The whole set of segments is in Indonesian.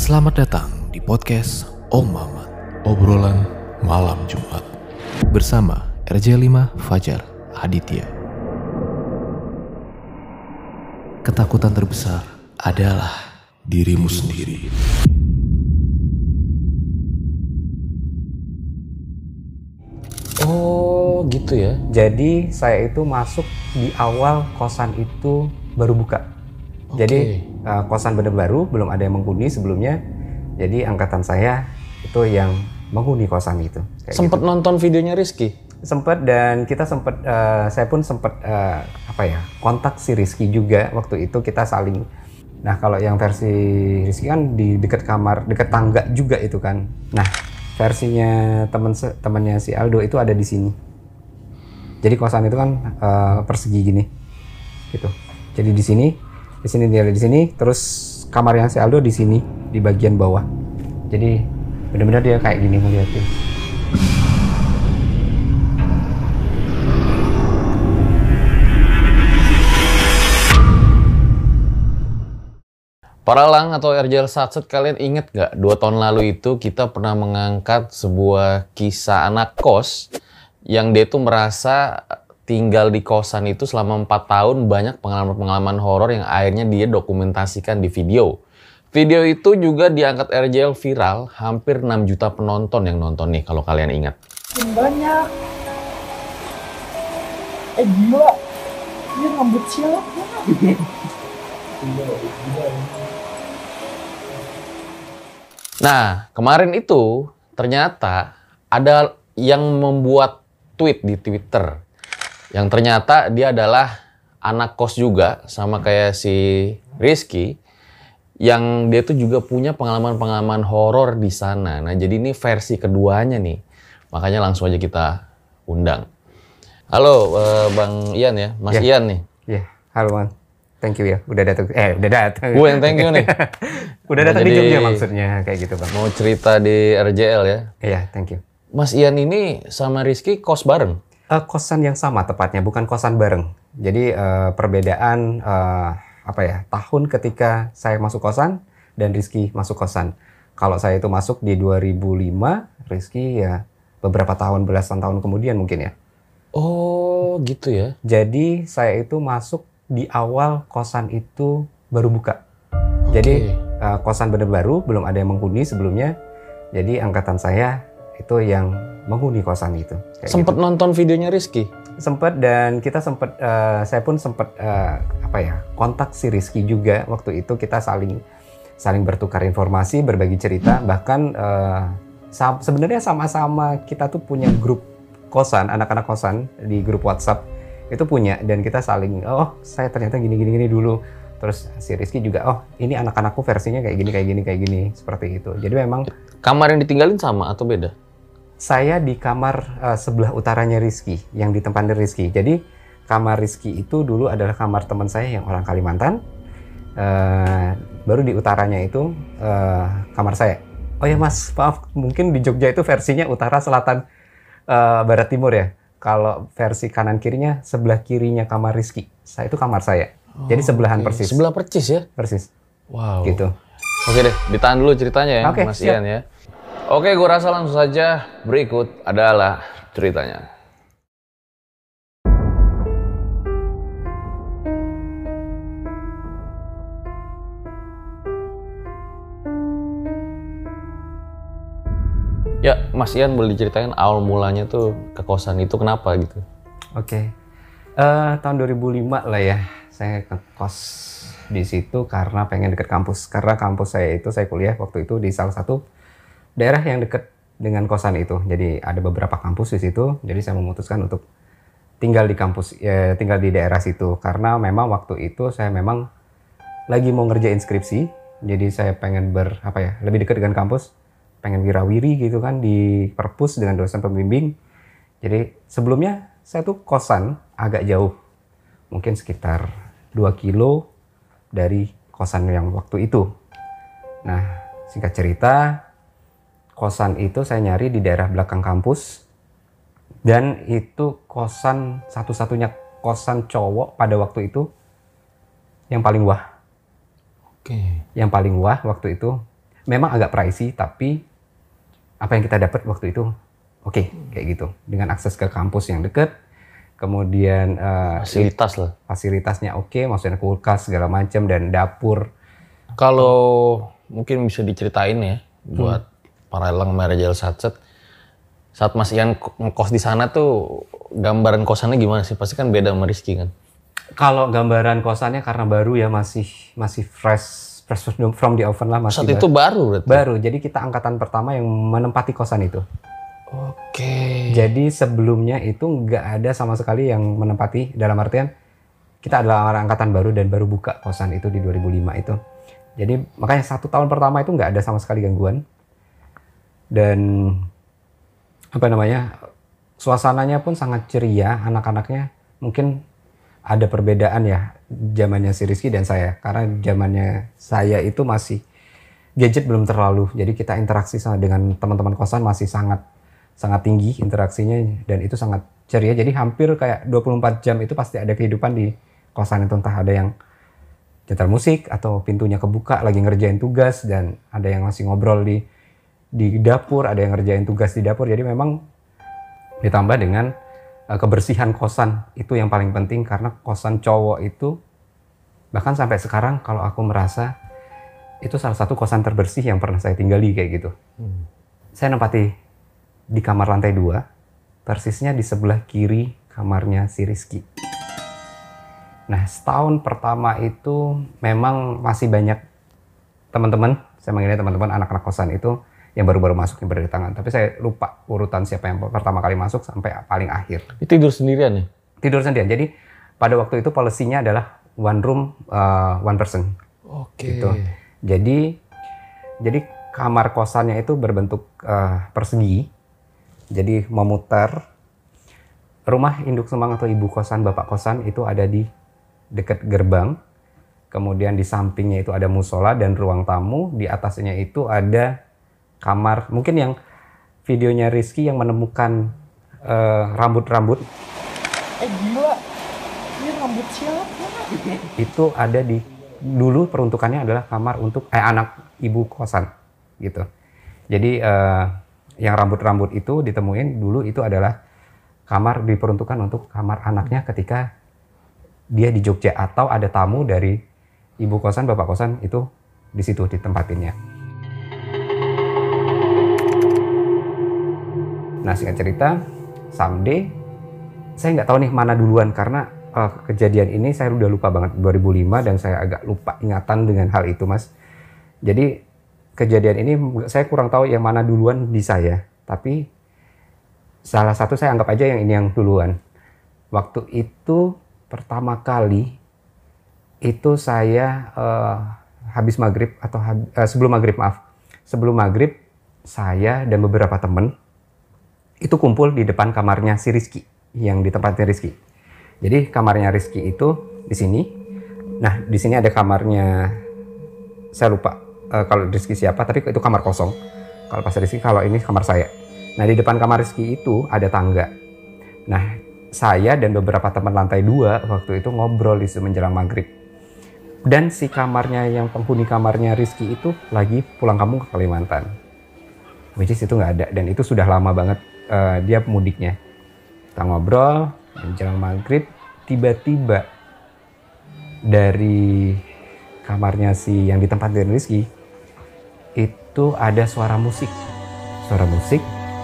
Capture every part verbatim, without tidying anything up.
Selamat datang di podcast Om Mamat, obrolan malam Jumat bersama R J lima Fajar Aditya. Ketakutan terbesar adalah dirimu sendiri. Oh gitu ya. Jadi saya itu masuk di awal kosan itu baru buka. Okay. Jadi uh, kosan bener baru, belum ada yang menghuni sebelumnya. Jadi angkatan saya itu yang menghuni kosan itu. Sempet gitu. Nonton videonya Rizky? Sempet, dan kita sempet, uh, saya pun sempet uh, apa ya, kontak si Rizky juga waktu itu, kita saling. Nah kalau yang versi Rizky kan di dekat kamar, dekat tangga juga itu kan. Nah versinya temen temannya si Aldo itu ada di sini. Jadi kosan itu kan uh, persegi gini, gitu. Jadi di sini. Di sini dia ada di sini, terus kamar yang si Aldo di sini di bagian bawah. Jadi benar-benar dia kayak gini ngeliatin. Para Lang atau R J L Satset, kalian inget gak dua tahun lalu itu kita pernah mengangkat sebuah kisah anak kos yang dia tuh merasa tinggal di kosan itu selama empat tahun, banyak pengalaman-pengalaman horor yang akhirnya dia dokumentasikan di video. Video itu juga diangkat R J L viral, hampir enam juta penonton yang nonton nih kalau kalian ingat. Banyak. Eh gila, dia ngambut siapa? Nah, kemarin itu ternyata ada yang membuat tweet di Twitter. Yang ternyata dia adalah anak kos juga, sama kayak si Rizky, yang dia tuh juga punya pengalaman-pengalaman horor di sana. Nah, jadi ini versi keduanya nih. Makanya langsung aja kita undang. Halo, uh, Bang Ian ya, Mas yeah. Ian nih. Iya, yeah. Halo Bang. Thank you ya, udah datang. Eh, udah datang. Gue yang thank you nih. Udah datang di Jogja maksudnya, kayak gitu Bang. Mau cerita di R J L ya? Iya, yeah, thank you. Mas Ian ini sama Rizky kos bareng? Uh, kosan yang sama tepatnya, bukan kosan bareng. Jadi uh, perbedaan uh, apa ya, tahun ketika saya masuk kosan dan Rizky masuk kosan. Kalau saya itu masuk di dua ribu lima, Rizky ya beberapa tahun, belasan tahun kemudian mungkin ya. Oh gitu ya. Jadi saya itu masuk di awal kosan itu baru buka. Okay. Jadi uh, kosan bener baru, belum ada yang menghuni sebelumnya. Jadi angkatan saya itu yang menghuni kosan itu. Sempet gitu. Nonton videonya Rizky? Sempet, dan kita sempet, uh, saya pun sempet uh, apa ya, kontak si Rizky juga waktu itu, kita saling saling bertukar informasi, berbagi cerita, bahkan uh, sebenarnya sama-sama kita tuh punya grup kosan, anak-anak kosan di grup WhatsApp itu punya, dan kita saling, oh saya ternyata gini-gini dulu. Terus si Rizky juga, oh ini anak-anakku versinya kayak gini, kayak gini, kayak gini, seperti itu. Jadi memang kamar yang ditinggalin sama atau beda? Saya di kamar uh, sebelah utaranya Rizky, yang ditempatin Rizky. Jadi kamar Rizky itu dulu adalah kamar teman saya yang orang Kalimantan. Uh, baru di utaranya itu uh, kamar saya. Oh ya Mas, maaf, mungkin di Jogja itu versinya utara, selatan, uh, barat, timur ya. Kalau versi kanan kirinya, sebelah kirinya kamar Rizky. Saya itu kamar saya. Oh, jadi sebelahan okay. Persis. Sebelah persis ya? Persis. Wow. Gitu. Oke deh, ditahan dulu ceritanya ya, okay, Mas siap. Ian ya. Oke, gue rasa langsung saja berikut adalah ceritanya. Ya, Mas Ian boleh diceritain awal mulanya tuh ke kosan itu kenapa gitu? Oke, uh, tahun dua ribu lima lah ya, saya ke kos di situ karena pengen deket kampus. Karena kampus saya itu, saya kuliah waktu itu di salah satu daerah yang dekat dengan kosan itu. Jadi ada beberapa kampus di situ. Jadi saya memutuskan untuk tinggal di kampus, ya, tinggal di daerah situ. Karena memang waktu itu saya memang lagi mau ngerjain skripsi. Jadi saya pengen ber apa ya, lebih dekat dengan kampus, pengen wirawiri gitu kan di perpus dengan dosen pembimbing. Jadi sebelumnya saya tuh kosan agak jauh, mungkin sekitar dua kilo dari kosan yang waktu itu. Nah, singkat cerita, kosan itu saya nyari di daerah belakang kampus, dan itu kosan satu-satunya kosan cowok pada waktu itu yang paling wah. Oke. Yang paling wah waktu itu memang agak pricey, tapi apa yang kita dapat waktu itu oke okay, kayak gitu. Dengan akses ke kampus yang dekat, kemudian uh, Fasilitas lah. fasilitasnya oke, okay, maksudnya kulkas segala macam dan dapur. Kalau mungkin bisa diceritain ya buat hmm. para elang Merajal Satset, saat Mas Ian ngekos di sana tuh gambaran kosannya gimana sih? Pasti kan beda sama Rizky kan? Kalau gambaran kosannya karena baru ya, masih masih fresh fresh from the oven lah, masih saat itu baru berarti? Baru, jadi kita angkatan pertama yang menempati kosan itu. Oke. Jadi sebelumnya itu nggak ada sama sekali yang menempati, dalam artian kita adalah angkatan baru dan baru buka kosan itu di dua ribu lima itu. Jadi makanya satu tahun pertama itu nggak ada sama sekali gangguan. Dan apa namanya, suasananya pun sangat ceria, anak-anaknya mungkin ada perbedaan ya zamannya si Rizky dan saya, karena zamannya saya itu masih gadget belum terlalu, jadi kita interaksi sama dengan teman-teman kosan masih sangat sangat tinggi interaksinya, dan itu sangat ceria. Jadi hampir kayak dua puluh empat jam itu pasti ada kehidupan di kosan itu, entah ada yang nyetel musik atau pintunya kebuka lagi ngerjain tugas, dan ada yang masih ngobrol di di dapur, ada yang ngerjain tugas di dapur. Jadi memang ditambah dengan kebersihan kosan itu yang paling penting, karena kosan cowok itu bahkan sampai sekarang kalau aku merasa itu salah satu kosan terbersih yang pernah saya tinggali kayak gitu. Hmm. Saya nempati di kamar lantai dua, persisnya di sebelah kiri kamarnya si Rizky. Nah, setahun pertama itu memang masih banyak teman-teman, saya manggilnya teman-teman anak-anak kosan itu yang baru-baru masuk yang berdatangan. Tapi saya lupa urutan siapa yang pertama kali masuk sampai paling akhir. Itu tidur sendirian ya? Tidur sendirian. Jadi pada waktu itu polisinya adalah one room, uh, one person. Oke. Gitu. Jadi, jadi kamar kosannya itu berbentuk uh, persegi. Jadi memutar. Rumah induk Semang atau ibu kosan, bapak kosan itu ada di dekat gerbang. Kemudian di sampingnya itu ada musola dan ruang tamu. Di atasnya itu ada kamar, mungkin yang videonya Rizky yang menemukan uh, rambut-rambut. Eh gila, ini rambut siapa? Itu ada di, dulu peruntukannya adalah kamar untuk eh, anak ibu kosan gitu. Jadi uh, yang rambut-rambut itu ditemuin dulu itu adalah kamar diperuntukkan untuk kamar anaknya ketika dia di Jogja, atau ada tamu dari ibu kosan, bapak kosan itu di situ ditempatinnya. Nah, singkat cerita, someday saya nggak tahu nih mana duluan, karena uh, kejadian ini saya udah lupa banget dua ribu lima, dan saya agak lupa ingatan dengan hal itu, Mas. Jadi kejadian ini saya kurang tahu yang mana duluan di saya, tapi salah satu saya anggap aja yang ini yang duluan. Waktu itu pertama kali itu saya uh, habis maghrib atau hab, uh, sebelum maghrib maaf, sebelum maghrib saya dan beberapa teman itu kumpul di depan kamarnya si Rizky, yang di tempatnya Rizky. Jadi kamarnya Rizky itu di sini. Nah, di sini ada kamarnya, saya lupa uh, kalau Rizky siapa, tapi itu kamar kosong. Kalau pas Rizky, kalau ini kamar saya. Nah, di depan kamar Rizky itu ada tangga. Nah, saya dan beberapa teman lantai dua waktu itu ngobrol di menjelang maghrib. Dan si kamarnya, yang penghuni kamarnya Rizky itu lagi pulang kampung ke Kalimantan. Which is itu nggak ada, dan itu sudah lama banget. Uh, dia mudiknya. Kita ngobrol menjelang maghrib, tiba-tiba dari kamarnya si yang ditempatin Rizky itu ada suara musik, suara musik.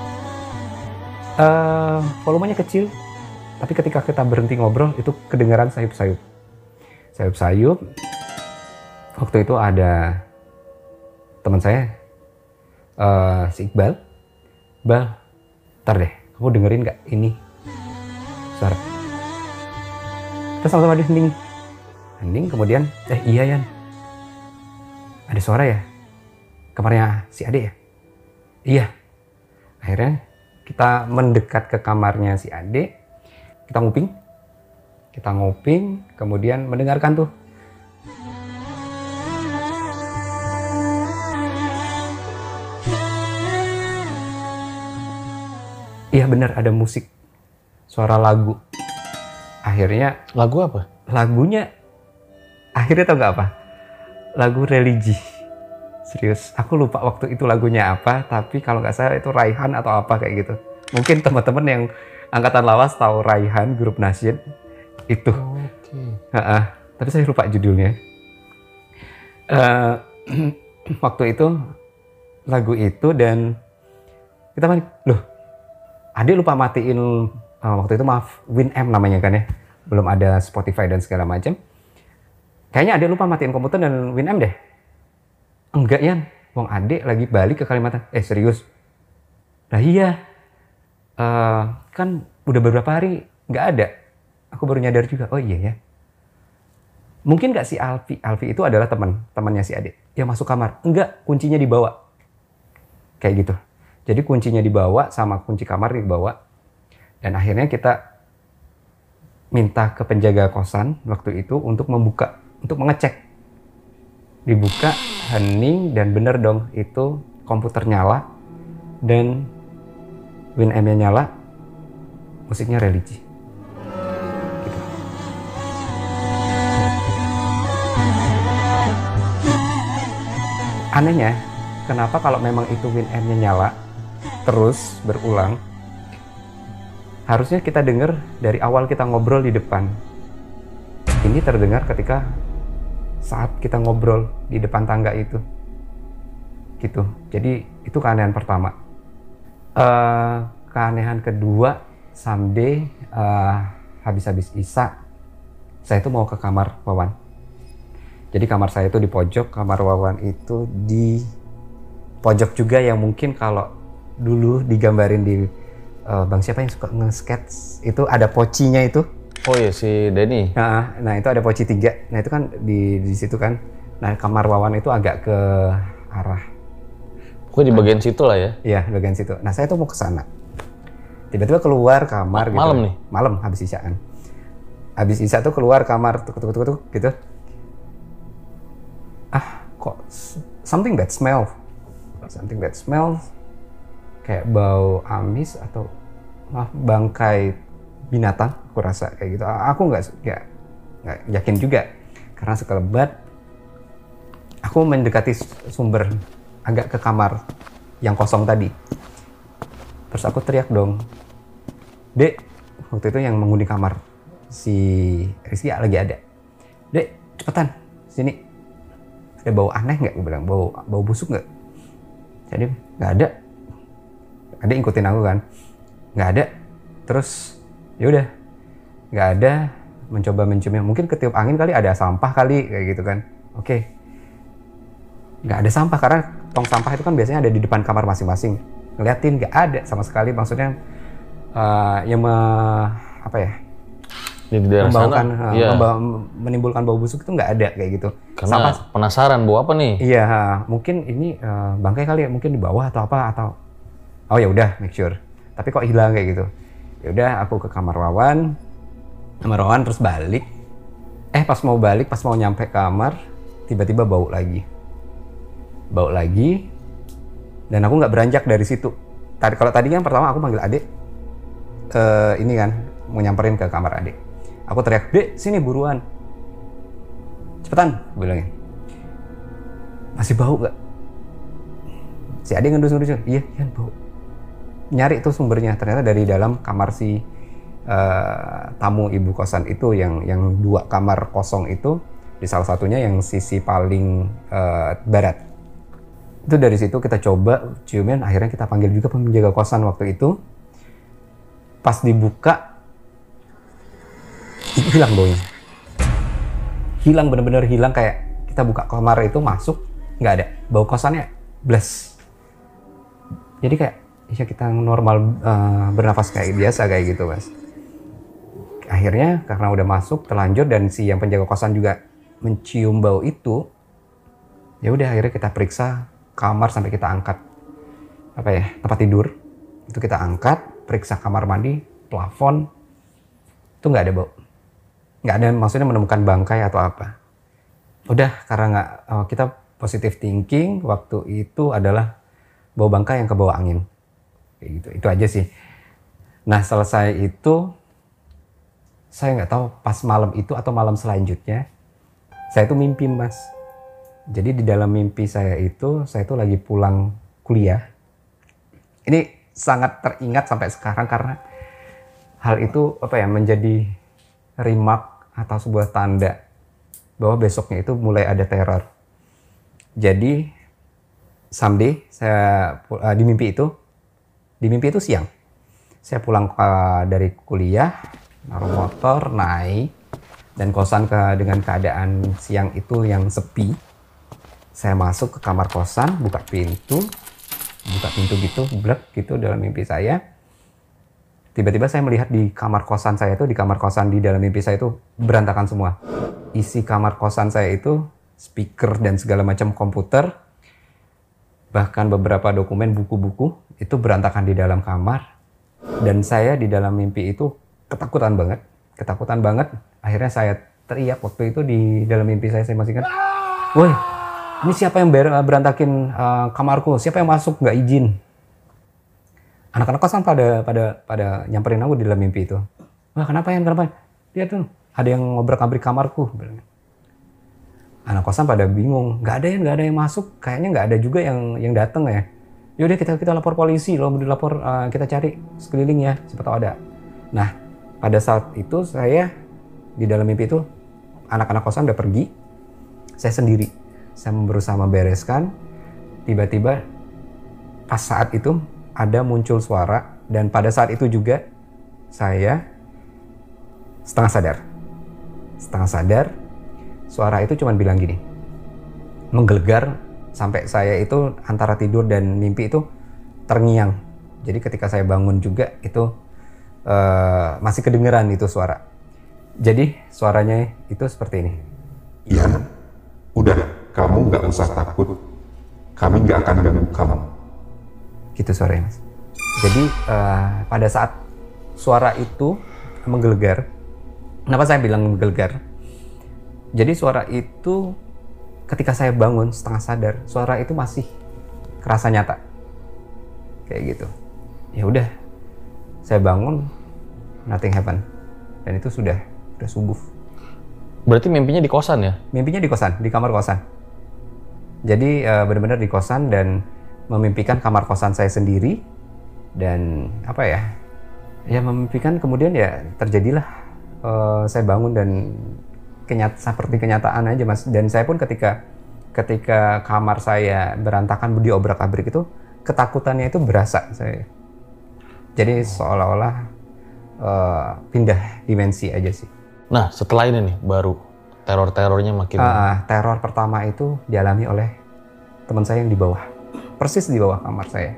Uh, volumenya kecil, tapi ketika kita berhenti ngobrol itu kedengaran sayup-sayup, sayup-sayup. Waktu itu ada teman saya, uh, si Iqbal, Bal. Ntar deh, kamu dengerin gak ini suara? Terus sama-sama di hening. Hening, kemudian, eh iya Yan, ada suara ya? Kamarnya si Ade ya? Iya. Akhirnya kita mendekat ke kamarnya si Ade, kita nguping. Kita nguping, kemudian mendengarkan tuh. Iya benar, ada musik, suara lagu. Akhirnya lagu apa? Lagunya akhirnya tau gak apa? Lagu religi. Serius, aku lupa waktu itu lagunya apa, tapi kalau nggak salah itu Raihan atau apa kayak gitu. Mungkin teman-teman yang angkatan lawas tahu Raihan, grup nasyid itu. Oke. Ha-ha. Tapi saya lupa judulnya. Uh, waktu itu lagu itu dan kita main, loh, adik lupa matiin uh, waktu itu maaf Winamp namanya kan ya, belum ada Spotify dan segala macam. Kayaknya adik lupa matiin komputer dan Winamp deh. Enggak Yan, wong adik lagi balik ke Kalimantan. Eh serius? Nah iya, uh, kan udah beberapa hari nggak ada. Aku baru nyadar juga, oh iya ya. Mungkin nggak si Alfi, Alfi itu adalah teman, temannya si adik. Yang masuk kamar, enggak, kuncinya dibawa. Kayak gitu. Jadi kuncinya dibawa sama kunci kamar dibawa. Dan akhirnya kita minta ke penjaga kosan waktu itu untuk membuka, untuk mengecek. Dibuka, hening, dan bener dong itu komputer nyala dan Winamp-nya nyala, musiknya religi. Gitu. Anehnya, kenapa kalau memang itu Winamp-nya nyala terus berulang, harusnya kita dengar dari awal kita ngobrol di depan. Ini terdengar ketika saat kita ngobrol di depan tangga itu, gitu. Jadi itu keanehan pertama. Uh, keanehan kedua, someday uh, habis-habis Isya, saya itu mau ke kamar Wawan. Jadi kamar saya itu di pojok, kamar Wawan itu di pojok juga yang mungkin kalau dulu digambarin di uh, bang siapa yang suka nge-sketch itu ada pocinya itu. Oh iya si Denny. Nah, nah itu ada poci tiga. Nah itu kan di di situ kan. Nah kamar Wawan itu agak ke arah. Pokoknya di bagian situ lah ya. Iya bagian situ. Nah saya tuh mau ke sana. Tiba-tiba keluar kamar gitu. Malam nih? Malam habis Isyaan. Habis Isya tuh keluar kamar tuk tuk tuk tuk gitu. Ah kok something that smell, something that smells kayak bau amis atau maaf bangkai binatang, aku rasa kayak gitu. Aku nggak nggak nggak yakin juga karena sekelebat aku mendekati sumber agak ke kamar yang kosong tadi. Terus aku teriak dong, Dek, waktu itu yang menghuni kamar si Rizky lagi ada. Dek, cepetan sini. Ada bau aneh nggak? Gue bilang bau bau busuk nggak? Jadi nggak ada. Ada ikutin aku kan, nggak ada. Terus ya udah nggak ada, mencoba menciumnya, mungkin ketiup angin kali, ada sampah kali kayak gitu kan. Oke, nggak ada sampah karena tong sampah itu kan biasanya ada di depan kamar masing-masing. Ngeliatin nggak ada sama sekali, maksudnya uh, yang me, apa ya di daerah membaukan, sana, uh, iya. membawa, menimbulkan bau busuk itu nggak ada kayak gitu. Karena sampah, penasaran bau apa nih? iya mungkin ini uh, bangkai kali ya, mungkin di bawah atau apa atau oh ya udah make sure, tapi kok hilang kayak gitu. Ya udah aku ke kamar Wawan, kamar Wawan terus balik. Eh pas mau balik, pas mau nyampe kamar, tiba-tiba bau lagi, bau lagi, dan aku nggak beranjak dari situ. Tadi kalau tadi kan pertama aku manggil adik, uh, ini kan mau nyamperin ke kamar adik. Aku teriak, Dek sini buruan, cepetan, bilangnya. Masih bau nggak? Si adik ngendus-ngendus, iya kan bau. Nyari tuh sumbernya, ternyata dari dalam kamar si uh, tamu ibu kosan itu yang yang dua kamar kosong itu, di salah satunya yang sisi paling uh, barat. Itu dari situ kita coba ciumin, akhirnya kita panggil juga penjaga kosan waktu itu. Pas dibuka, hilang baunya. Hilang, bener-bener hilang, kayak kita buka kamar itu masuk, nggak ada. Bau kosannya bless. Jadi kayak ya kita normal uh, bernafas kayak biasa kayak gitu mas. Akhirnya karena udah masuk terlanjur dan si yang penjaga kosan juga mencium bau itu, ya udah akhirnya kita periksa kamar sampai kita angkat apa ya tempat tidur itu, kita angkat, periksa kamar mandi, plafon, itu nggak ada bau, nggak ada, maksudnya menemukan bangkai atau apa. Udah karena nggak uh, kita positive thinking waktu itu adalah bau bangkai yang kebawa angin. Kayak gitu, itu aja sih. Nah selesai itu, saya nggak tahu pas malam itu atau malam selanjutnya, saya tuh mimpi mas, Jadi di dalam mimpi saya itu, saya itu lagi pulang kuliah. Ini sangat teringat sampai sekarang karena hal itu apa ya menjadi remark atau sebuah tanda bahwa besoknya itu mulai ada teror. Jadi someday saya uh, di mimpi itu, di mimpi itu siang. Saya pulang uh, dari kuliah, naruh motor, naik, dan kosan ke dengan keadaan siang itu yang sepi. Saya masuk ke kamar kosan, buka pintu, buka pintu gitu, blek gitu dalam mimpi saya. Tiba-tiba saya melihat di kamar kosan saya itu, di kamar kosan di dalam mimpi saya itu berantakan semua. Isi kamar kosan saya itu speaker dan segala macam komputer, bahkan beberapa dokumen, buku-buku itu berantakan di dalam kamar. Dan saya di dalam mimpi itu ketakutan banget, ketakutan banget. Akhirnya saya teriak waktu itu di dalam mimpi saya, saya masih ingat, woi, ini siapa yang berantakin uh, kamarku? Siapa yang masuk nggak izin? Anak-anak kosan pada pada pada nyamperin aku di dalam mimpi itu. Wah, kenapa ya? Kenapa? Dia tuh ada yang ngobrak-abrik kamarku. Anak kosan pada bingung. Nggak ada yang nggak ada yang masuk. Kayaknya nggak ada juga yang yang datang ya. Yaudah kita kita lapor polisi. Loh, dilapor uh, kita cari sekeliling ya. Siapa tahu ada. Nah, pada saat itu saya di dalam mimpi itu anak-anak kosan udah pergi. Saya sendiri. Saya berusaha membereskan, tiba-tiba pas saat itu ada muncul suara, dan pada saat itu juga saya setengah sadar. Setengah sadar, suara itu cuma bilang gini, menggelegar sampai saya itu antara tidur dan mimpi itu terngiang. Jadi ketika saya bangun juga itu uh, masih kedengeran itu suara. Jadi suaranya itu seperti ini. Ian, udah. Kamu nggak usah takut, kami nggak akan ganggu kamu. Gitu suaranya, Mas. Jadi uh, pada saat suara itu menggelegar, kenapa saya bilang menggelegar? Jadi suara itu ketika saya bangun setengah sadar, suara itu masih kerasa nyata, kayak gitu. Ya udah, saya bangun, nothing happen, dan itu sudah sudah subuh. Berarti mimpinya di kosan ya? Mimpinya di kosan, di kamar kosan. Jadi uh, benar-benar di kosan dan memimpikan kamar kosan saya sendiri dan apa ya? Ya memimpikan kemudian ya terjadilah uh, saya bangun dan kenyat seperti kenyataan aja, Mas. Dan saya pun ketika ketika kamar saya berantakan diobrak-abrik itu ketakutannya itu berasa saya. Jadi seolah-olah uh, pindah dimensi aja sih. Nah, setelah ini nih baru teror-terornya makin... Uh, teror pertama itu dialami oleh teman saya yang di bawah. Persis di bawah kamar saya.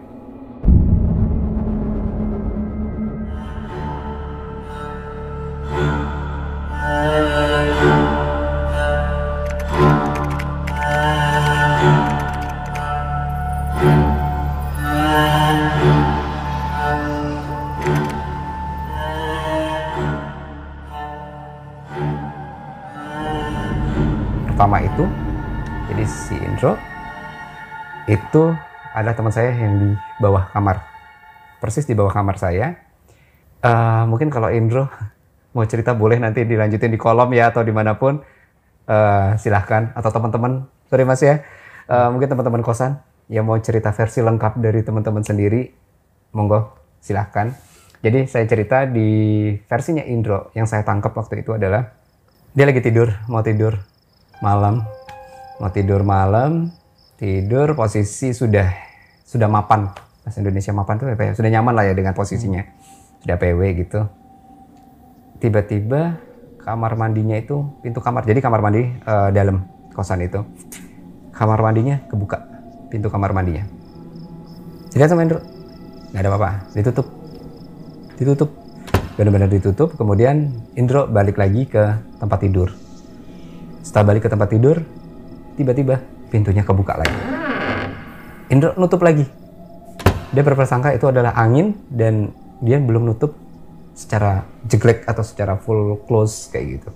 Pertama itu, jadi si Indro itu adalah teman saya yang di bawah kamar, persis di bawah kamar saya. Uh, mungkin kalau Indro mau cerita boleh nanti dilanjutin di kolom ya atau dimanapun, uh, silahkan. Atau teman-teman, sorry Mas ya, uh, mungkin teman-teman kosan yang mau cerita versi lengkap dari teman-teman sendiri, monggo silahkan. Jadi saya cerita di versinya Indro yang saya tangkap waktu itu adalah dia lagi tidur, mau tidur malam, mau tidur malam, tidur posisi sudah sudah mapan, bahasa Indonesia mapan tuh apa ya? Sudah nyaman lah ya dengan posisinya, sudah P W gitu. Tiba-tiba kamar mandinya itu pintu kamar, jadi kamar mandi uh, dalam kosan itu, kamar mandinya kebuka, pintu kamar mandinya. Jadi sama Indro, nggak ada apa-apa, ditutup, ditutup, benar-benar ditutup. Kemudian Indro balik lagi ke tempat tidur. Setelah balik ke tempat tidur, tiba-tiba pintunya kebuka lagi. Indro nutup lagi. Dia berprasangka itu adalah angin dan dia belum nutup secara jeglek atau secara full close kayak gitu.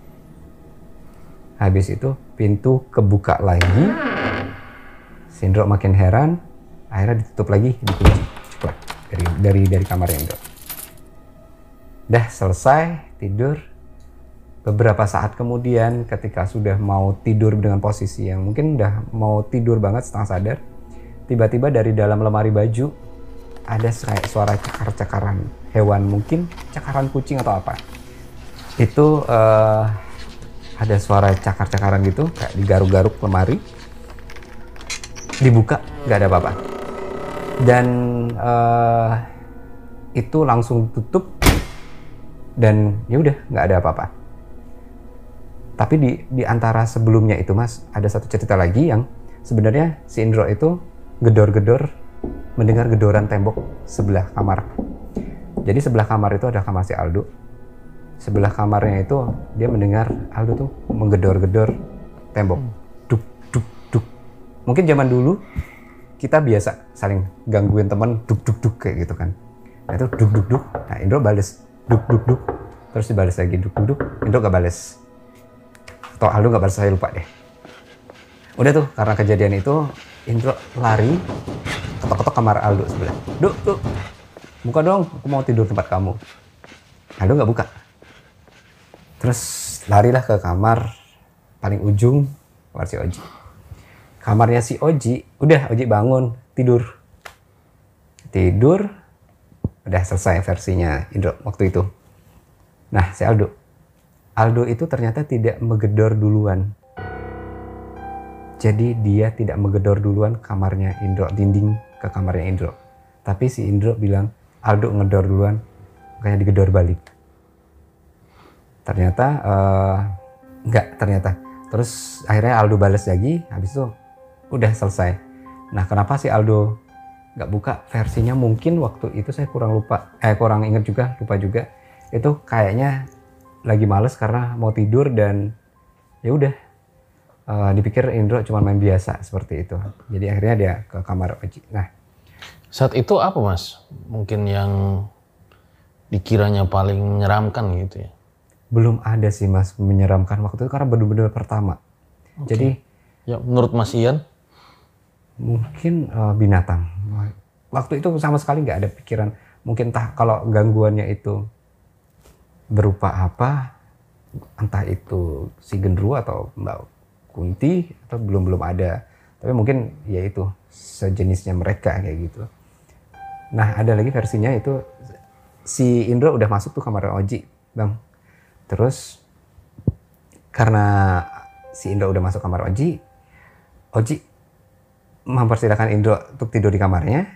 Habis itu pintu kebuka lagi. Si Indro makin heran, akhirnya ditutup lagi, dikunci cepat dari dari dari kamar Indro. Dah selesai tidur. beberapa saat kemudian ketika sudah mau tidur dengan posisi yang mungkin udah mau tidur banget setengah sadar, tiba-tiba dari dalam lemari baju ada kayak suara cakar-cakaran hewan, mungkin cakaran kucing atau apa. Itu uh, ada suara cakar-cakaran gitu, kayak digaruk-garuk lemari. Dibuka, nggak ada apa-apa. Dan uh, itu langsung tutup dan ya udah nggak ada apa-apa. Tapi di, di antara sebelumnya itu Mas, ada satu cerita lagi yang sebenarnya si Indro itu gedor-gedor mendengar gedoran tembok sebelah kamar. Jadi sebelah kamar itu ada kamar si Aldo. Sebelah kamarnya itu dia mendengar Aldo tuh menggedor-gedor tembok. Duk, duk, duk. Mungkin zaman dulu kita biasa saling gangguin teman duk, duk, duk kayak gitu kan. Nah itu duk, duk, duk. Nah Indro bales duk, duk, duk. Terus dibales lagi duk, duk, duk. Indro gak bales. Atau Aldo gak balas, saya lupa deh. Udah tuh, karena kejadian itu Indro lari ketok-ketok kamar Aldo sebelah. Duk, duk, buka dong, aku mau tidur tempat kamu. Aldo gak buka. Terus larilah ke kamar paling ujung, kamar si Oji. Kamarnya si Oji, udah Oji bangun, tidur. Tidur, udah selesai versinya Indro waktu itu. Nah si Aldo. Aldo itu ternyata tidak menggedor duluan. Jadi dia tidak menggedor duluan kamarnya Indro, dinding ke kamarnya Indro. Tapi si Indro bilang, Aldo ngedor duluan, makanya digedor balik. Ternyata, uh, enggak ternyata. Terus akhirnya Aldo balas lagi, habis itu udah selesai. Nah kenapa si Aldo nggak buka versinya? Mungkin waktu itu saya kurang lupa, eh kurang inget juga, lupa juga. Itu kayaknya lagi males karena mau tidur dan ya udah uh, dipikir Indro cuma main biasa seperti itu. Jadi akhirnya dia ke kamar Oji. Nah saat itu apa Mas? Mungkin yang dikiranya paling menyeramkan gitu ya? Belum ada sih Mas menyeramkan waktu itu karena benar-benar pertama. Okay. Jadi ya menurut Mas Ian? Mungkin uh, binatang. Waktu itu sama sekali nggak ada pikiran. Mungkin entah kalau gangguannya itu berupa apa, entah itu si Genderuwo atau Mbak Kunti atau belum belum ada, tapi mungkin ya itu sejenisnya mereka kayak gitu. Nah ada lagi versinya itu si Indro udah masuk tuh kamar Oji bang, terus karena si Indro udah masuk kamar Oji, Oji mempersilahkan Indro untuk tidur di kamarnya.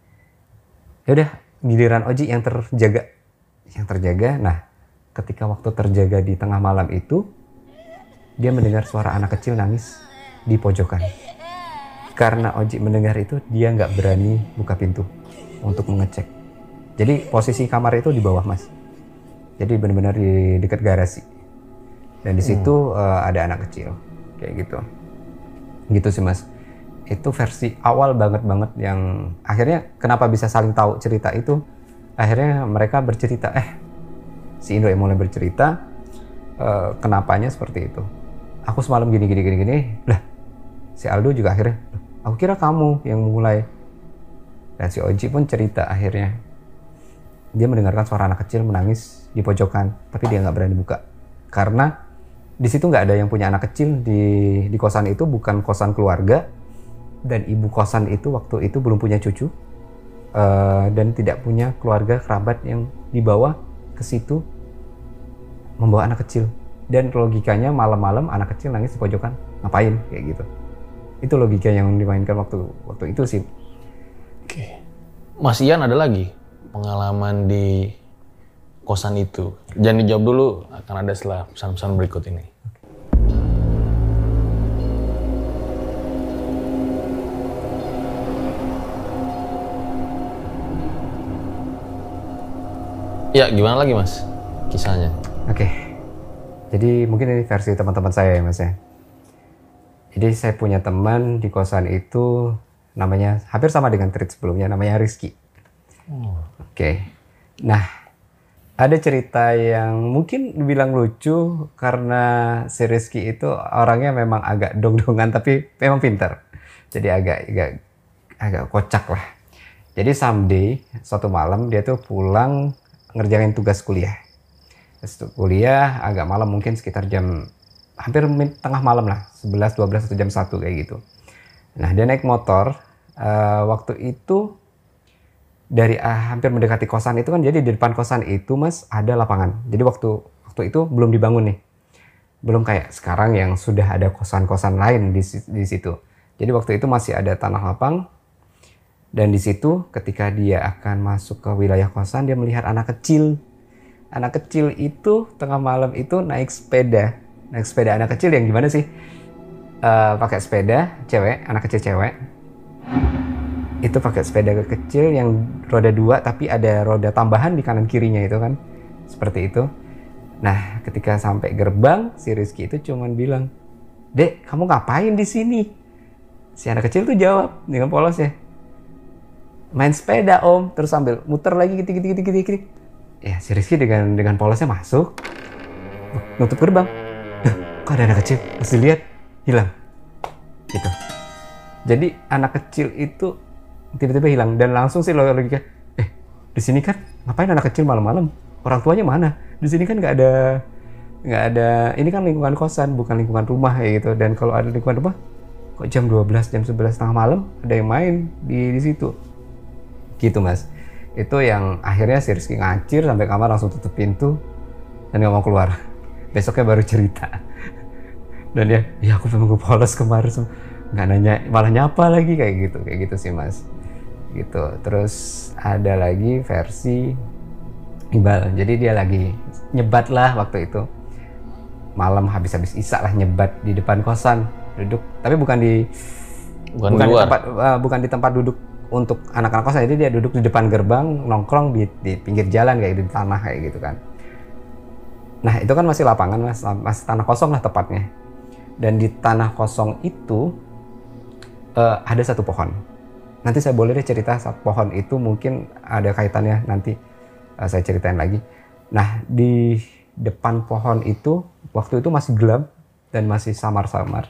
Ya udah giliran Oji yang terjaga, yang terjaga. Nah ketika waktu terjaga di tengah malam itu, dia mendengar suara anak kecil nangis di pojokan. Karena Oji mendengar itu, dia nggak berani buka pintu untuk mengecek. Jadi posisi kamar itu di bawah Mas. Jadi benar-benar di dekat garasi. Dan di situ hmm. uh, ada anak kecil, kayak gitu. Gitu sih Mas. Itu versi awal banget-banget yang akhirnya kenapa bisa saling tahu cerita itu. Akhirnya mereka bercerita, eh si Indro yang mulai bercerita uh, kenapanya seperti itu. Aku semalam gini gini gini gini. Lah, si Aldo juga akhirnya, aku kira kamu yang mulai. Dan si Oji pun cerita akhirnya. Dia mendengarkan suara anak kecil menangis di pojokan, tapi dia nggak berani buka. Karena di situ nggak ada yang punya anak kecil di di kosan itu, bukan kosan keluarga. Dan ibu kosan itu waktu itu belum punya cucu. Uh, dan tidak punya keluarga kerabat yang dibawa ke situ membawa anak kecil. Dan logikanya malam-malam anak kecil nangis di pojokan, ngapain kayak gitu. Itu logika yang dimainkan waktu waktu itu sih. Oke. Mas Ian ada lagi pengalaman di kosan itu? Jangan dijawab dulu, akan ada setelah pesan-pesan berikut ini. Ya, gimana lagi Mas kisahnya? Oke, jadi mungkin ini versi teman-teman saya ya Mas ya. Jadi saya punya teman di kosan itu namanya hampir sama dengan treat sebelumnya, namanya Rizky. Oh. Oke, nah ada cerita yang mungkin dibilang lucu karena si Rizky itu orangnya memang agak dong-dongan tapi memang pintar. Jadi agak agak agak kocak lah. Jadi someday suatu malam dia tuh pulang ngerjain tugas kuliah. Terus kuliah agak malam, mungkin sekitar jam hampir tengah malam lah, sebelas, dua belas atau jam satu kayak gitu. Nah dia naik motor, uh, waktu itu dari uh, hampir mendekati kosan itu kan, jadi di depan kosan itu mas ada lapangan. Jadi waktu waktu itu belum dibangun nih, belum kayak sekarang yang sudah ada kosan-kosan lain di, di situ. Jadi waktu itu masih ada tanah lapang, dan di situ ketika dia akan masuk ke wilayah kosan, dia melihat anak kecil. Anak kecil itu tengah malam itu naik sepeda, naik sepeda anak kecil yang gimana sih? Uh, pakai sepeda cewek, anak kecil cewek. Itu pakai sepeda kecil yang roda dua tapi ada roda tambahan di kanan kirinya itu kan, seperti itu. Nah ketika sampai gerbang, si Rizky itu cuman bilang, "Dek, kamu ngapain di sini?" Si anak kecil tuh jawab dengan polosnya, "Main sepeda om," terus sambil muter lagi gitu gitu gitu gitu gitu. Ya si Rizky dengan dengan polosnya masuk, nutup gerbang. Duh, kok ada anak kecil? Pas dilihat, hilang. Gitu. Jadi anak kecil itu tiba-tiba hilang, dan langsung sih logika, eh di sini kan ngapain anak kecil malam-malam, orang tuanya mana, di sini kan nggak ada nggak ada ini kan lingkungan kosan, bukan lingkungan rumah ya gitu. Dan kalau ada lingkungan rumah kok jam dua belas, jam sebelas tengah malam ada yang main di, di situ gitu mas. Itu yang akhirnya si Rizky ngacir sampai kamar, langsung tutup pintu dan nggak mau keluar. Besoknya baru cerita, dan dia, ya aku memang polos kemarin, nggak nanya, malah nyapa lagi kayak gitu, kayak gitu sih mas. Gitu. Terus ada lagi versi Iqbal, jadi dia lagi nyebat lah waktu itu malam, habis-habis isya lah, nyebat di depan kosan, duduk, tapi bukan di Bukan, bukan di di luar. tempat uh, bukan di tempat duduk untuk anak-anak kosan, jadi dia duduk di depan gerbang, nongkrong di, di pinggir jalan kayak di tanah kayak gitu kan. Nah itu kan masih lapangan mas, masih tanah kosong lah tepatnya. Dan di tanah kosong itu uh, ada satu pohon. Nanti saya boleh deh cerita saat pohon itu, mungkin ada kaitannya, nanti uh, saya ceritain lagi. Nah di depan pohon itu waktu itu masih gelap dan masih samar-samar.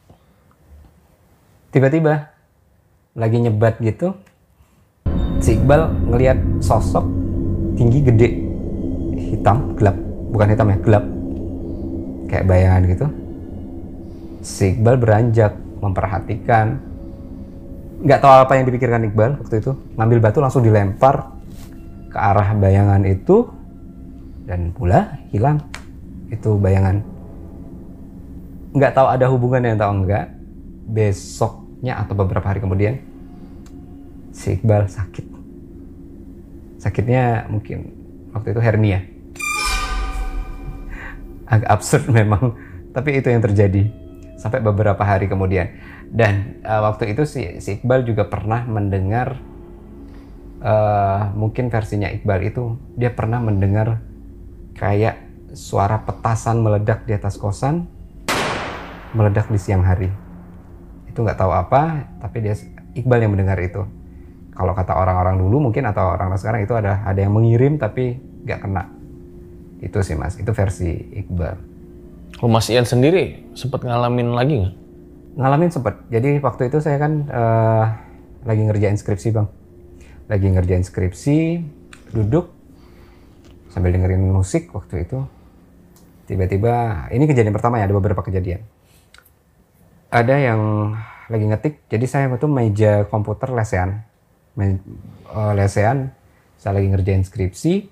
Tiba-tiba lagi nyebat gitu, si Iqbal ngelihat sosok tinggi gede, hitam, gelap, bukan hitam ya, gelap, kayak bayangan gitu. Si Iqbal beranjak memperhatikan, nggak tahu apa yang dipikirkan Iqbal waktu itu, ngambil batu langsung dilempar ke arah bayangan itu, dan pula hilang itu bayangan. Nggak tahu ada hubungannya atau enggak. Besoknya atau beberapa hari kemudian, si Iqbal sakit. Sakitnya mungkin waktu itu hernia. Agak absurd memang, tapi itu yang terjadi sampai beberapa hari kemudian. Dan uh, waktu itu si, si Iqbal juga pernah mendengar, uh, mungkin versinya Iqbal itu, dia pernah mendengar kayak suara petasan meledak di atas kosan, meledak di siang hari. Itu nggak tahu apa, tapi dia Iqbal yang mendengar itu. Kalau kata orang-orang dulu mungkin, atau orang sekarang, itu ada ada yang mengirim tapi nggak kena. Itu sih mas, itu versi Iqbal. Kalau Mas Ian sendiri sempat ngalamin lagi nggak? Ngalamin sempat. Jadi waktu itu saya kan uh, lagi ngerjain skripsi bang. Lagi ngerjain skripsi, duduk sambil dengerin musik waktu itu. Tiba-tiba, ini kejadian pertama ya, ada beberapa kejadian. Ada yang lagi ngetik, jadi saya itu meja komputer lesehan. Me, uh, lesehan, saya lagi ngerjain skripsi,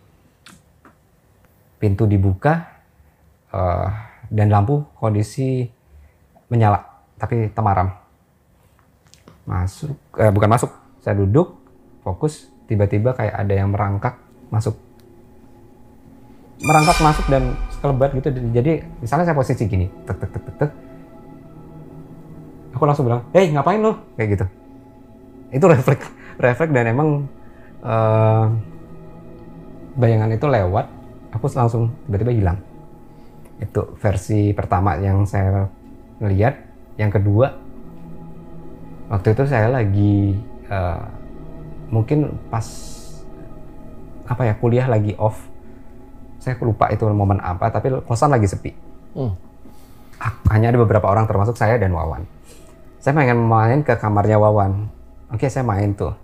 pintu dibuka, uh, dan lampu kondisi menyala, tapi temaram. Masuk, eh, bukan masuk, saya duduk, fokus, tiba-tiba kayak ada yang merangkak masuk. Merangkak masuk dan sekelebat gitu. Jadi misalnya saya posisi gini, tek tek tek tek tek. Aku langsung bilang, "Hei, ngapain lo?" Kayak gitu. Itu refleks, refleks dan emang uh, bayangan itu lewat, aku langsung tiba-tiba hilang. Itu versi pertama yang saya lihat. Yang kedua, waktu itu saya lagi uh, mungkin pas apa ya, kuliah lagi off. Saya lupa itu momen apa, tapi kosan lagi sepi. Hmm. Hanya ada beberapa orang termasuk saya dan Wawan. Saya pengen main ke kamarnya Wawan. Oke, saya main tuh.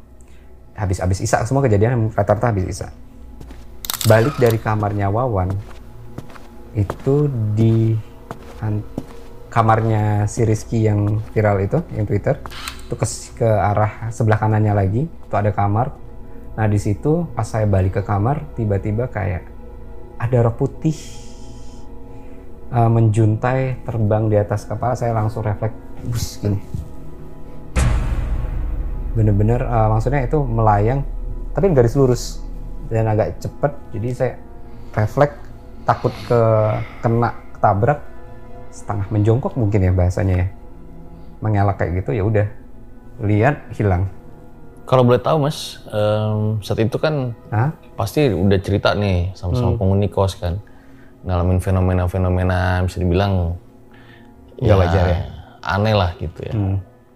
Habis-habis isya, semua kejadian rata-rata habis isya. Balik dari kamarnya Wawan, itu di an- kamarnya si Rizky yang viral itu, yang Twitter, itu ke, ke arah sebelah kanannya lagi, itu ada kamar. Nah di situ pas saya balik ke kamar, tiba-tiba kayak ada roh putih uh, menjuntai terbang di atas kepala. Saya langsung refleks, bus gini. Bener-bener uh, maksudnya itu melayang, tapi garis lurus dan agak cepet. Jadi saya refleks, takut ke kena ketabrak, setengah menjongkok mungkin ya bahasanya ya, mengelak kayak gitu. Ya udah lihat hilang. Kalau boleh tahu mas, um, saat itu kan Hah? pasti udah cerita nih sama-sama Hmm. penghuni kos kan, ngalamin fenomena-fenomena bisa dibilang Nggak wajar ya? aneh lah gitu ya. Hmm.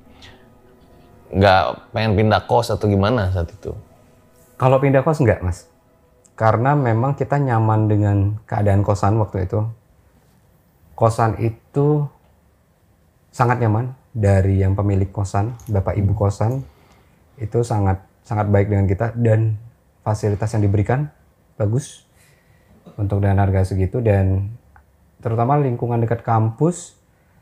Nggak pengen pindah kos atau gimana saat itu? Kalau pindah kos enggak mas, karena memang kita nyaman dengan keadaan kosan waktu itu. Kosan itu sangat nyaman, dari yang pemilik kosan, bapak ibu kosan itu sangat sangat baik dengan kita, dan fasilitas yang diberikan bagus untuk dengan harga segitu, dan terutama lingkungan dekat kampus.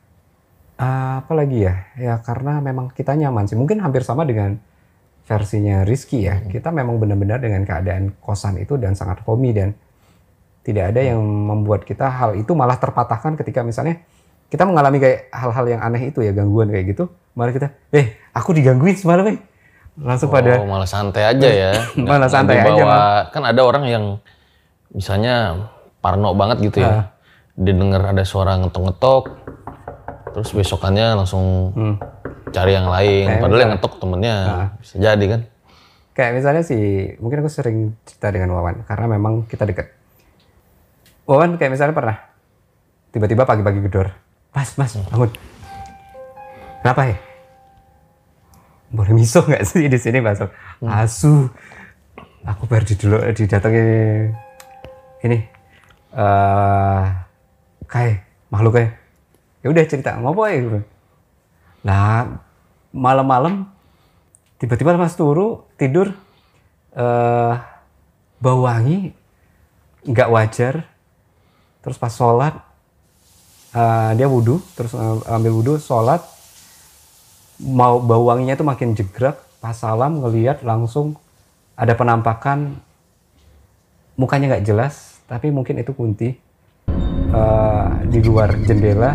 Uh, apa lagi ya, ya karena memang kita nyaman sih, mungkin hampir sama dengan versinya Rizky ya. Kita memang benar-benar dengan keadaan kosan itu dan sangat homey, dan tidak ada yang membuat kita hal itu malah terpatahkan ketika misalnya kita mengalami kayak hal-hal yang aneh itu ya, gangguan kayak gitu, malah kita, eh aku digangguin semalam eh. Langsung Oh, pada malah santai aja ya. Nggak- Malah nggak santai aja, dibawa- Mas. Kan ada orang yang misalnya parno banget gitu ya. Ah. Dia denger ada suara ngetok-ngetok, terus besokannya langsung Hmm. cari yang lain. Kayak Padahal yang misalnya- ngetok temennya. Ah. Bisa jadi kan. kayak misalnya sih, mungkin aku sering cerita dengan Wawan karena memang kita deket. Wawan kayak misalnya pernah tiba-tiba pagi-pagi gedor, mas mas bangun, kenapa ya? Boleh miso nggak sih di sini mas? Asu, aku baru di dulu didatangi ini eh kayak makhluk kayak, ya udah cerita ngopo ya gitu. Nah malam-malam tiba-tiba mas turu tidur, eh bau wangi nggak wajar. Terus pas sholat, uh, dia wudhu, terus uh, ambil wudhu, sholat, mau bau wanginya itu makin jegrak. Pas salam ngelihat langsung ada penampakan, mukanya nggak jelas, tapi mungkin itu Kunti uh, di luar jendela.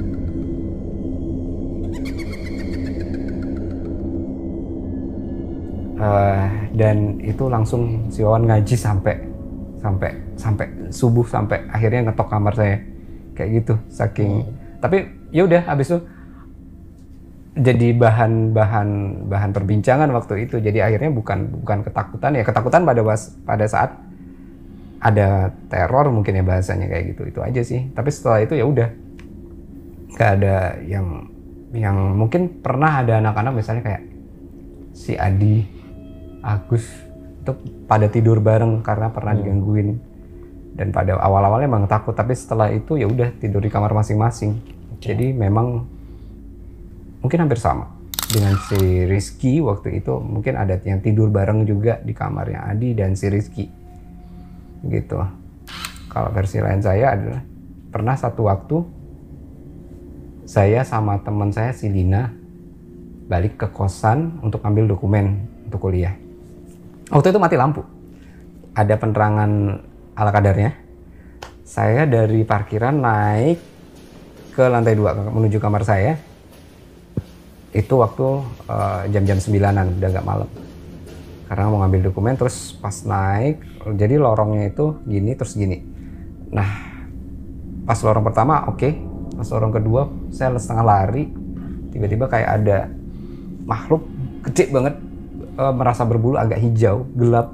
Uh, dan itu langsung si Wawan ngaji sampai sampai sampai subuh, sampai akhirnya ngetok kamar saya kayak gitu, saking hmm. Tapi ya udah habis itu jadi bahan bahan bahan perbincangan waktu itu. Jadi akhirnya bukan bukan ketakutan ya, ketakutan pada was, pada saat ada teror mungkin ya bahasanya kayak gitu, itu aja sih. Tapi setelah itu ya udah nggak ada yang yang mungkin pernah ada anak-anak misalnya kayak si Adi, Agus itu pada tidur bareng karena pernah hmm. digangguin, dan pada awal-awalnya emang takut, tapi setelah itu ya udah tidur di kamar masing-masing. Okay. Jadi memang mungkin hampir sama dengan si Rizky waktu itu, mungkin ada yang tidur bareng juga di kamarnya Adi dan si Rizky gitu. Kalau versi lain saya adalah pernah satu waktu saya sama teman saya si Lina balik ke kosan untuk ambil dokumen untuk kuliah. Waktu itu mati lampu, ada penerangan ala kadarnya. Saya dari parkiran naik ke lantai dua menuju kamar saya. Itu waktu uh, jam-jam sembilanan, udah agak malam. Karena mau ngambil dokumen, terus pas naik, jadi lorongnya itu gini terus gini. Nah, pas lorong pertama oke, okay. Pas lorong kedua saya setengah lari, tiba-tiba kayak ada makhluk gede banget, uh, merasa berbulu, agak hijau, gelap.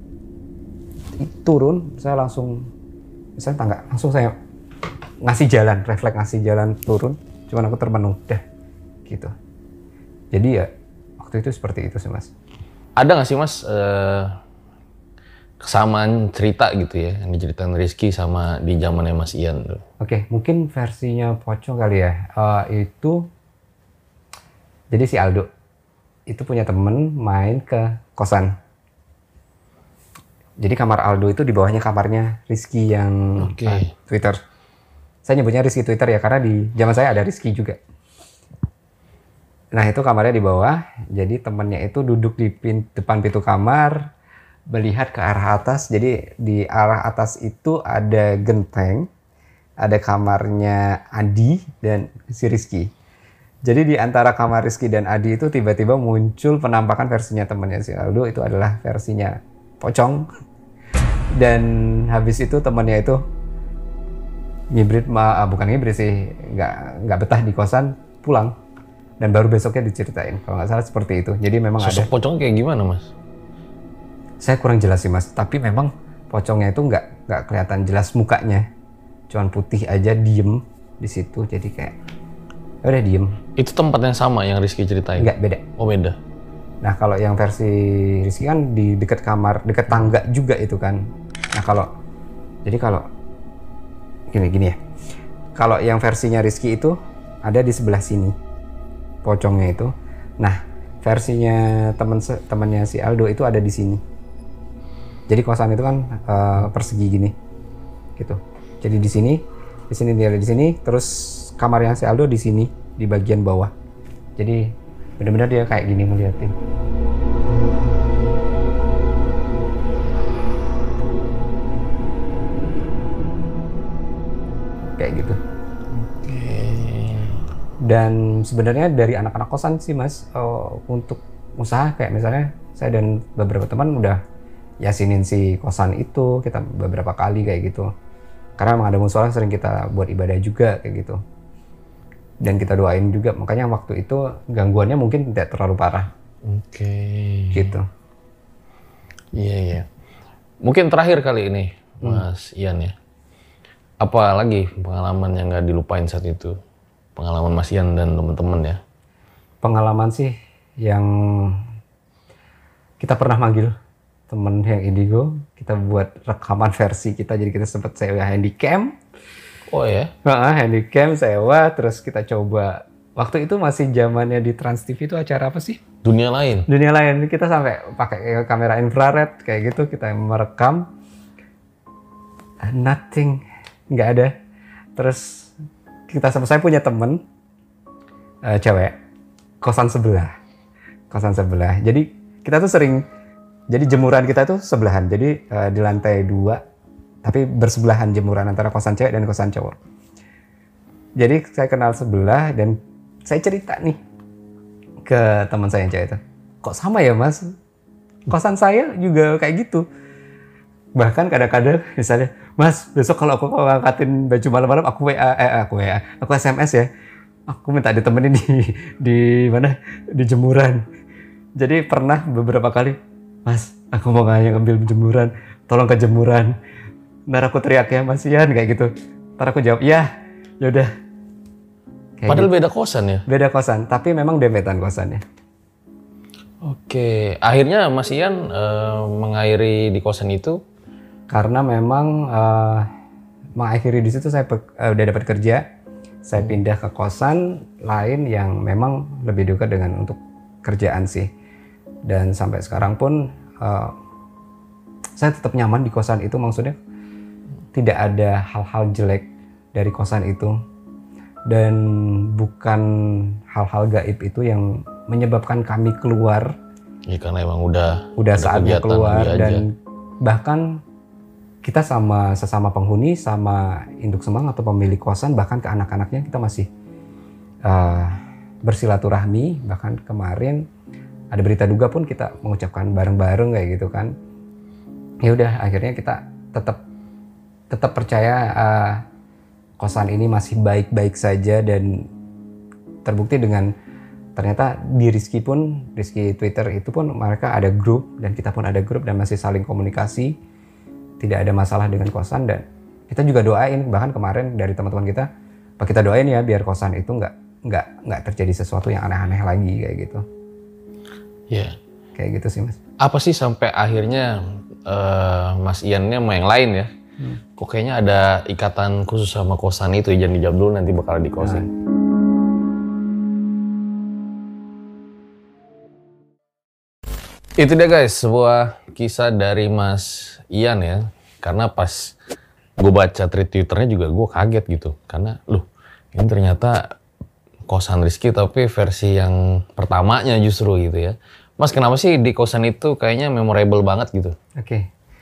Turun, saya langsung, misalnya tangga, langsung saya ngasih jalan, refleks ngasih jalan turun, cuman aku termenung, dah, gitu. Jadi ya waktu itu seperti itu sih mas. Ada nggak sih mas eh, kesamaan cerita gitu ya yang diceritain Rizky sama di zamannya Mas Ian tuh? Oke, mungkin versinya Pocong kali ya. Uh, itu jadi si Aldo itu punya temen main ke kosan. Jadi kamar Aldo itu di bawahnya kamarnya Rizky yang Oke. uh, Twitter. Saya nyebutnya Rizky Twitter ya karena di zaman saya ada Rizky juga. Nah itu kamarnya di bawah, jadi temennya itu duduk di pin, depan pintu kamar, melihat ke arah atas. Jadi di arah atas itu ada genteng, ada kamarnya Adi dan si Rizky. Jadi di antara kamar Rizky dan Adi itu tiba-tiba muncul penampakan versinya temannya si Aldo, itu adalah versinya pocong. Dan habis itu temannya itu ngibrit, ma, bukan ngibrit sih, nggak nggak betah di kosan, pulang. Dan baru besoknya diceritain, kalau nggak salah seperti itu. Jadi memang Sosok ada. pocong kayak gimana mas? Saya kurang jelas sih mas, tapi memang pocongnya itu nggak nggak kelihatan jelas mukanya, cuman putih aja, diem di situ. Jadi kayak ya udah diem. Itu tempat yang sama yang Rizky ceritain? Nggak, beda. Oh beda. Nah kalau yang versi Rizky kan di dekat kamar, dekat tangga juga itu kan. Nah kalau jadi kalau gini gini ya, kalau yang versinya Rizky itu ada di sebelah sini pocongnya itu. Nah versinya temen temannya si Aldo itu ada di sini. Jadi kosan itu kan uh, persegi gini, gitu. Jadi di sini, di sini dia ada di sini, terus kamarnya si Aldo di sini di bagian bawah. Jadi benar-benar dia kayak gini ngeliatin. Kayak gitu. Dan sebenarnya dari anak-anak kosan sih mas, uh, untuk usaha kayak misalnya saya dan beberapa teman udah yasinin si kosan itu, kita beberapa kali kayak gitu. Karena emang ada musola sering kita buat ibadah juga kayak gitu. Dan kita doain juga, makanya waktu itu gangguannya mungkin tidak terlalu parah. Oke. Gitu. Iya iya. Mungkin terakhir kali ini Mas hmm. Ian ya. Apa lagi pengalaman yang nggak dilupain saat itu? Pengalaman Mas Ian dan teman-teman ya? Pengalaman sih yang kita pernah manggil temen yang Indigo, kita buat rekaman versi kita, jadi kita sempat sewa handycam. Oh ya? Nah, handycam sewa, terus kita coba. Waktu itu masih zamannya di Trans T V itu acara apa sih? Dunia Lain. Dunia Lain. Kita sampai pakai kamera infrared kayak gitu, kita merekam. Nothing, nggak ada. Terus kita sama saya punya temen uh, cewek, kosan sebelah, kosan sebelah. Jadi kita tuh sering, jadi jemuran kita tuh sebelahan. Jadi uh, di lantai dua, tapi bersebelahan jemuran antara kosan cewek dan kosan cowok. Jadi saya kenal sebelah dan saya cerita nih ke teman saya yang cewek itu, kok sama ya mas? Kosan saya juga kayak gitu. Bahkan kadang-kadang misalnya, mas besok kalau aku ngangkatin baju malam-malam aku W A, eh aku W A, aku S M S ya, aku minta ditemenin di di mana, di jemuran. Jadi pernah beberapa kali, mas aku mau ngambil jemuran, tolong ke jemuran. Ntar aku teriak ya mas Ian kayak gitu. Ntar aku jawab iya, yaudah. Kayak Padahal gitu. beda kosan ya? Beda kosan, tapi memang dempetan kosannya. Oke, akhirnya Mas Ian uh, mengairi di kosan itu? Karena memang uh, mengakhiri di situ saya pe- uh, udah dapat kerja, saya pindah ke kosan lain yang memang lebih dekat dengan untuk kerjaan sih. Dan sampai sekarang pun uh, saya tetap nyaman di kosan itu, maksudnya tidak ada hal-hal jelek dari kosan itu. Dan bukan hal-hal gaib itu yang menyebabkan kami keluar. Ya karena emang udah udah saatnya keluar, dan aja. Bahkan kita sama sesama penghuni, sama induk semang atau pemilik kosan, bahkan ke anak-anaknya kita masih uh, bersilaturahmi. Bahkan kemarin ada berita duga pun kita mengucapkan bareng-bareng kayak gitu kan. Ya udah akhirnya kita tetap tetap percaya uh, kosan ini masih baik-baik saja, dan terbukti dengan ternyata di Rizky pun, Rizky Twitter itu pun mereka ada grup, dan kita pun ada grup dan masih saling komunikasi. Tidak ada masalah dengan kosan, dan kita juga doain, bahkan kemarin dari teman-teman kita, Pak kita doain ya biar kosan itu nggak nggak nggak terjadi sesuatu yang aneh-aneh lagi kayak gitu. Iya. Yeah. Kayak gitu sih mas. Apa sih sampai akhirnya uh, Mas Iannya sama yang lain ya? Hmm. Kok kayaknya ada ikatan khusus sama kosan itu, jangan dijawab dulu, nanti bakal dikosin. Nah. Itu dia guys, sebuah kisah dari Mas Ian ya. Karena pas gue baca tweet Twitternya juga gue kaget gitu. Karena loh, ini ternyata kosan Rizky tapi versi yang pertamanya justru gitu ya. Mas, kenapa sih di kosan itu kayaknya memorable banget gitu? Oke. Okay.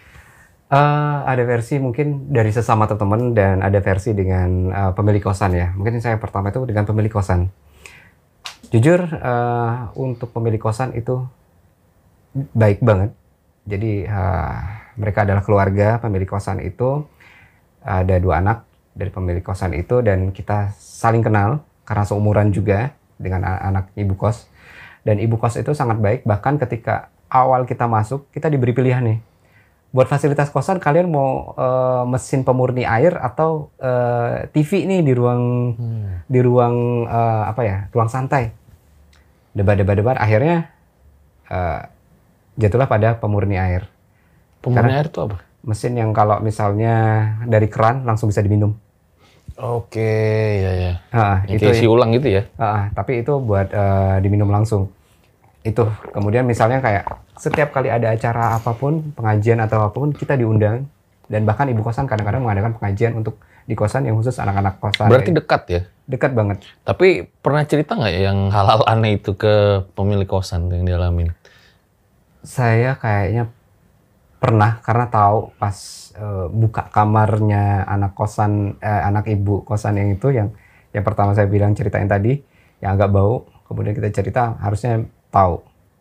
Uh, ada versi mungkin dari sesama teman dan ada versi dengan uh, pemilik kosan ya. Mungkin saya pertama itu dengan pemilik kosan. Jujur, uh, untuk pemilik kosan itu baik banget. Jadi uh, mereka adalah keluarga pemilik kosan itu. Ada dua anak dari pemilik kosan itu dan kita saling kenal karena seumuran juga dengan anak ibu kos. Dan ibu kos itu sangat baik, bahkan ketika awal kita masuk, kita diberi pilihan nih. Buat fasilitas kosan, kalian mau uh, mesin pemurni air atau uh, T V nih di ruang hmm. di ruang uh, apa ya, ruang santai. Debat-debat-debat, akhirnya uh, jatuhlah pada pemurni air. Pemurni Karena air itu apa? Mesin yang kalau misalnya dari keran langsung bisa diminum. Oke, ya ya. Uh, itu itu isi ulang gitu ya? Uh, tapi itu buat uh, diminum langsung. Itu. Kemudian misalnya kayak setiap kali ada acara apapun, pengajian atau apapun, kita diundang. Dan bahkan ibu kosan kadang-kadang mengadakan pengajian untuk di kosan yang khusus anak-anak kosan. Berarti dekat ya? Dekat banget. Tapi pernah cerita nggak yang hal-hal aneh itu ke pemilik kosan yang dialamin? Saya kayaknya pernah, karena tahu pas uh, buka kamarnya anak kosan, eh, anak ibu kosan yang itu, yang yang pertama saya bilang ceritain tadi, yang agak bau, kemudian kita cerita, harusnya tahu.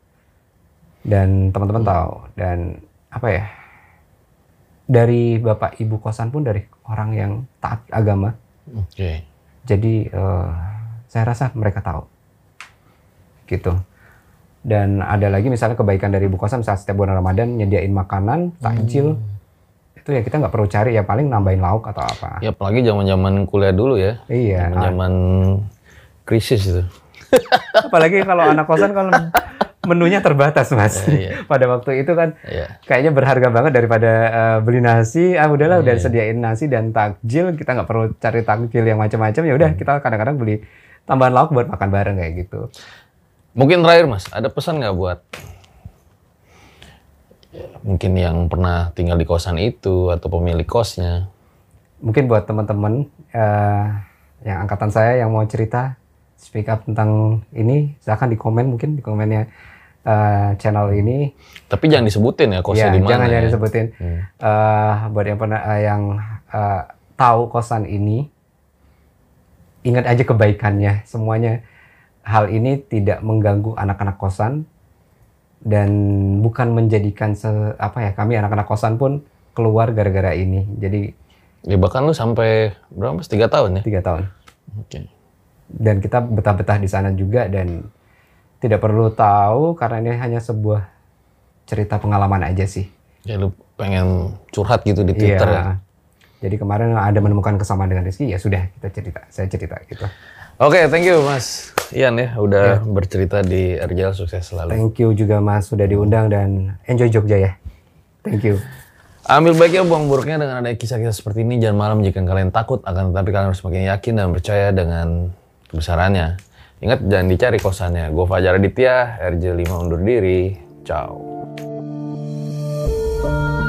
Dan teman-teman hmm. tahu. Dan apa ya, dari bapak ibu kosan pun dari orang yang taat agama. Oke. Okay. Jadi uh, saya rasa mereka tahu. Gitu. Dan ada lagi misalnya kebaikan dari ibu kosan, misalnya setiap bulan Ramadan nyediain makanan, takjil, hmm. itu ya kita nggak perlu cari, ya paling nambahin lauk atau apa. Ya apalagi zaman-zaman kuliah dulu ya. Iya. Zaman krisis itu. Apalagi kalau anak kosan kalau menunya terbatas mas. Ya, iya. Pada waktu itu kan ya. Kayaknya berharga banget daripada uh, beli nasi. Ah udahlah, ya, udah ya. Sediain nasi dan takjil, kita nggak perlu cari takjil yang macam-macam. Ya udah hmm. kita kadang-kadang beli tambahan lauk buat makan bareng kayak gitu. Mungkin terakhir mas, ada pesan nggak buat ya, mungkin yang pernah tinggal di kosan itu atau pemilik kosnya? Mungkin buat teman-teman uh, yang angkatan saya yang mau cerita, speak up tentang ini, silahkan di komen, mungkin di komennya uh, channel ini. Tapi jangan disebutin ya kosnya di mana. Jangan ya. jangan disebutin. Hmm. Uh, buat yang pernah uh, yang uh, tahu kosan ini, ingat aja kebaikannya semuanya. Hal ini tidak mengganggu anak-anak kosan dan bukan menjadikan se, apa ya kami anak-anak kosan pun keluar gara-gara ini. Jadi ya bahkan lu sampai berapa mas? Tiga tahun ya? Tiga tahun. Oke. Okay. Dan kita betah-betah di sana juga dan tidak perlu tahu karena ini hanya sebuah cerita pengalaman aja sih. Ya lu pengen curhat gitu di Twitter ya? Jadi kemarin ada menemukan kesamaan dengan Rizky, ya sudah kita cerita, saya cerita gitu. Oke, okay, thank you Mas Ian ya udah yeah. bercerita di R J L, sukses selalu. Thank you juga Mas sudah diundang dan enjoy Jogja ya. Thank you. Ambil baiknya, buang buruknya dengan ada kisah-kisah seperti ini. Jangan malam jika kalian takut, akan tetapi kalian harus semakin yakin dan percaya dengan kebesarannya. Ingat jangan dicari kosannya. Gue Fajar Aditya, R J lima undur diri. Ciao.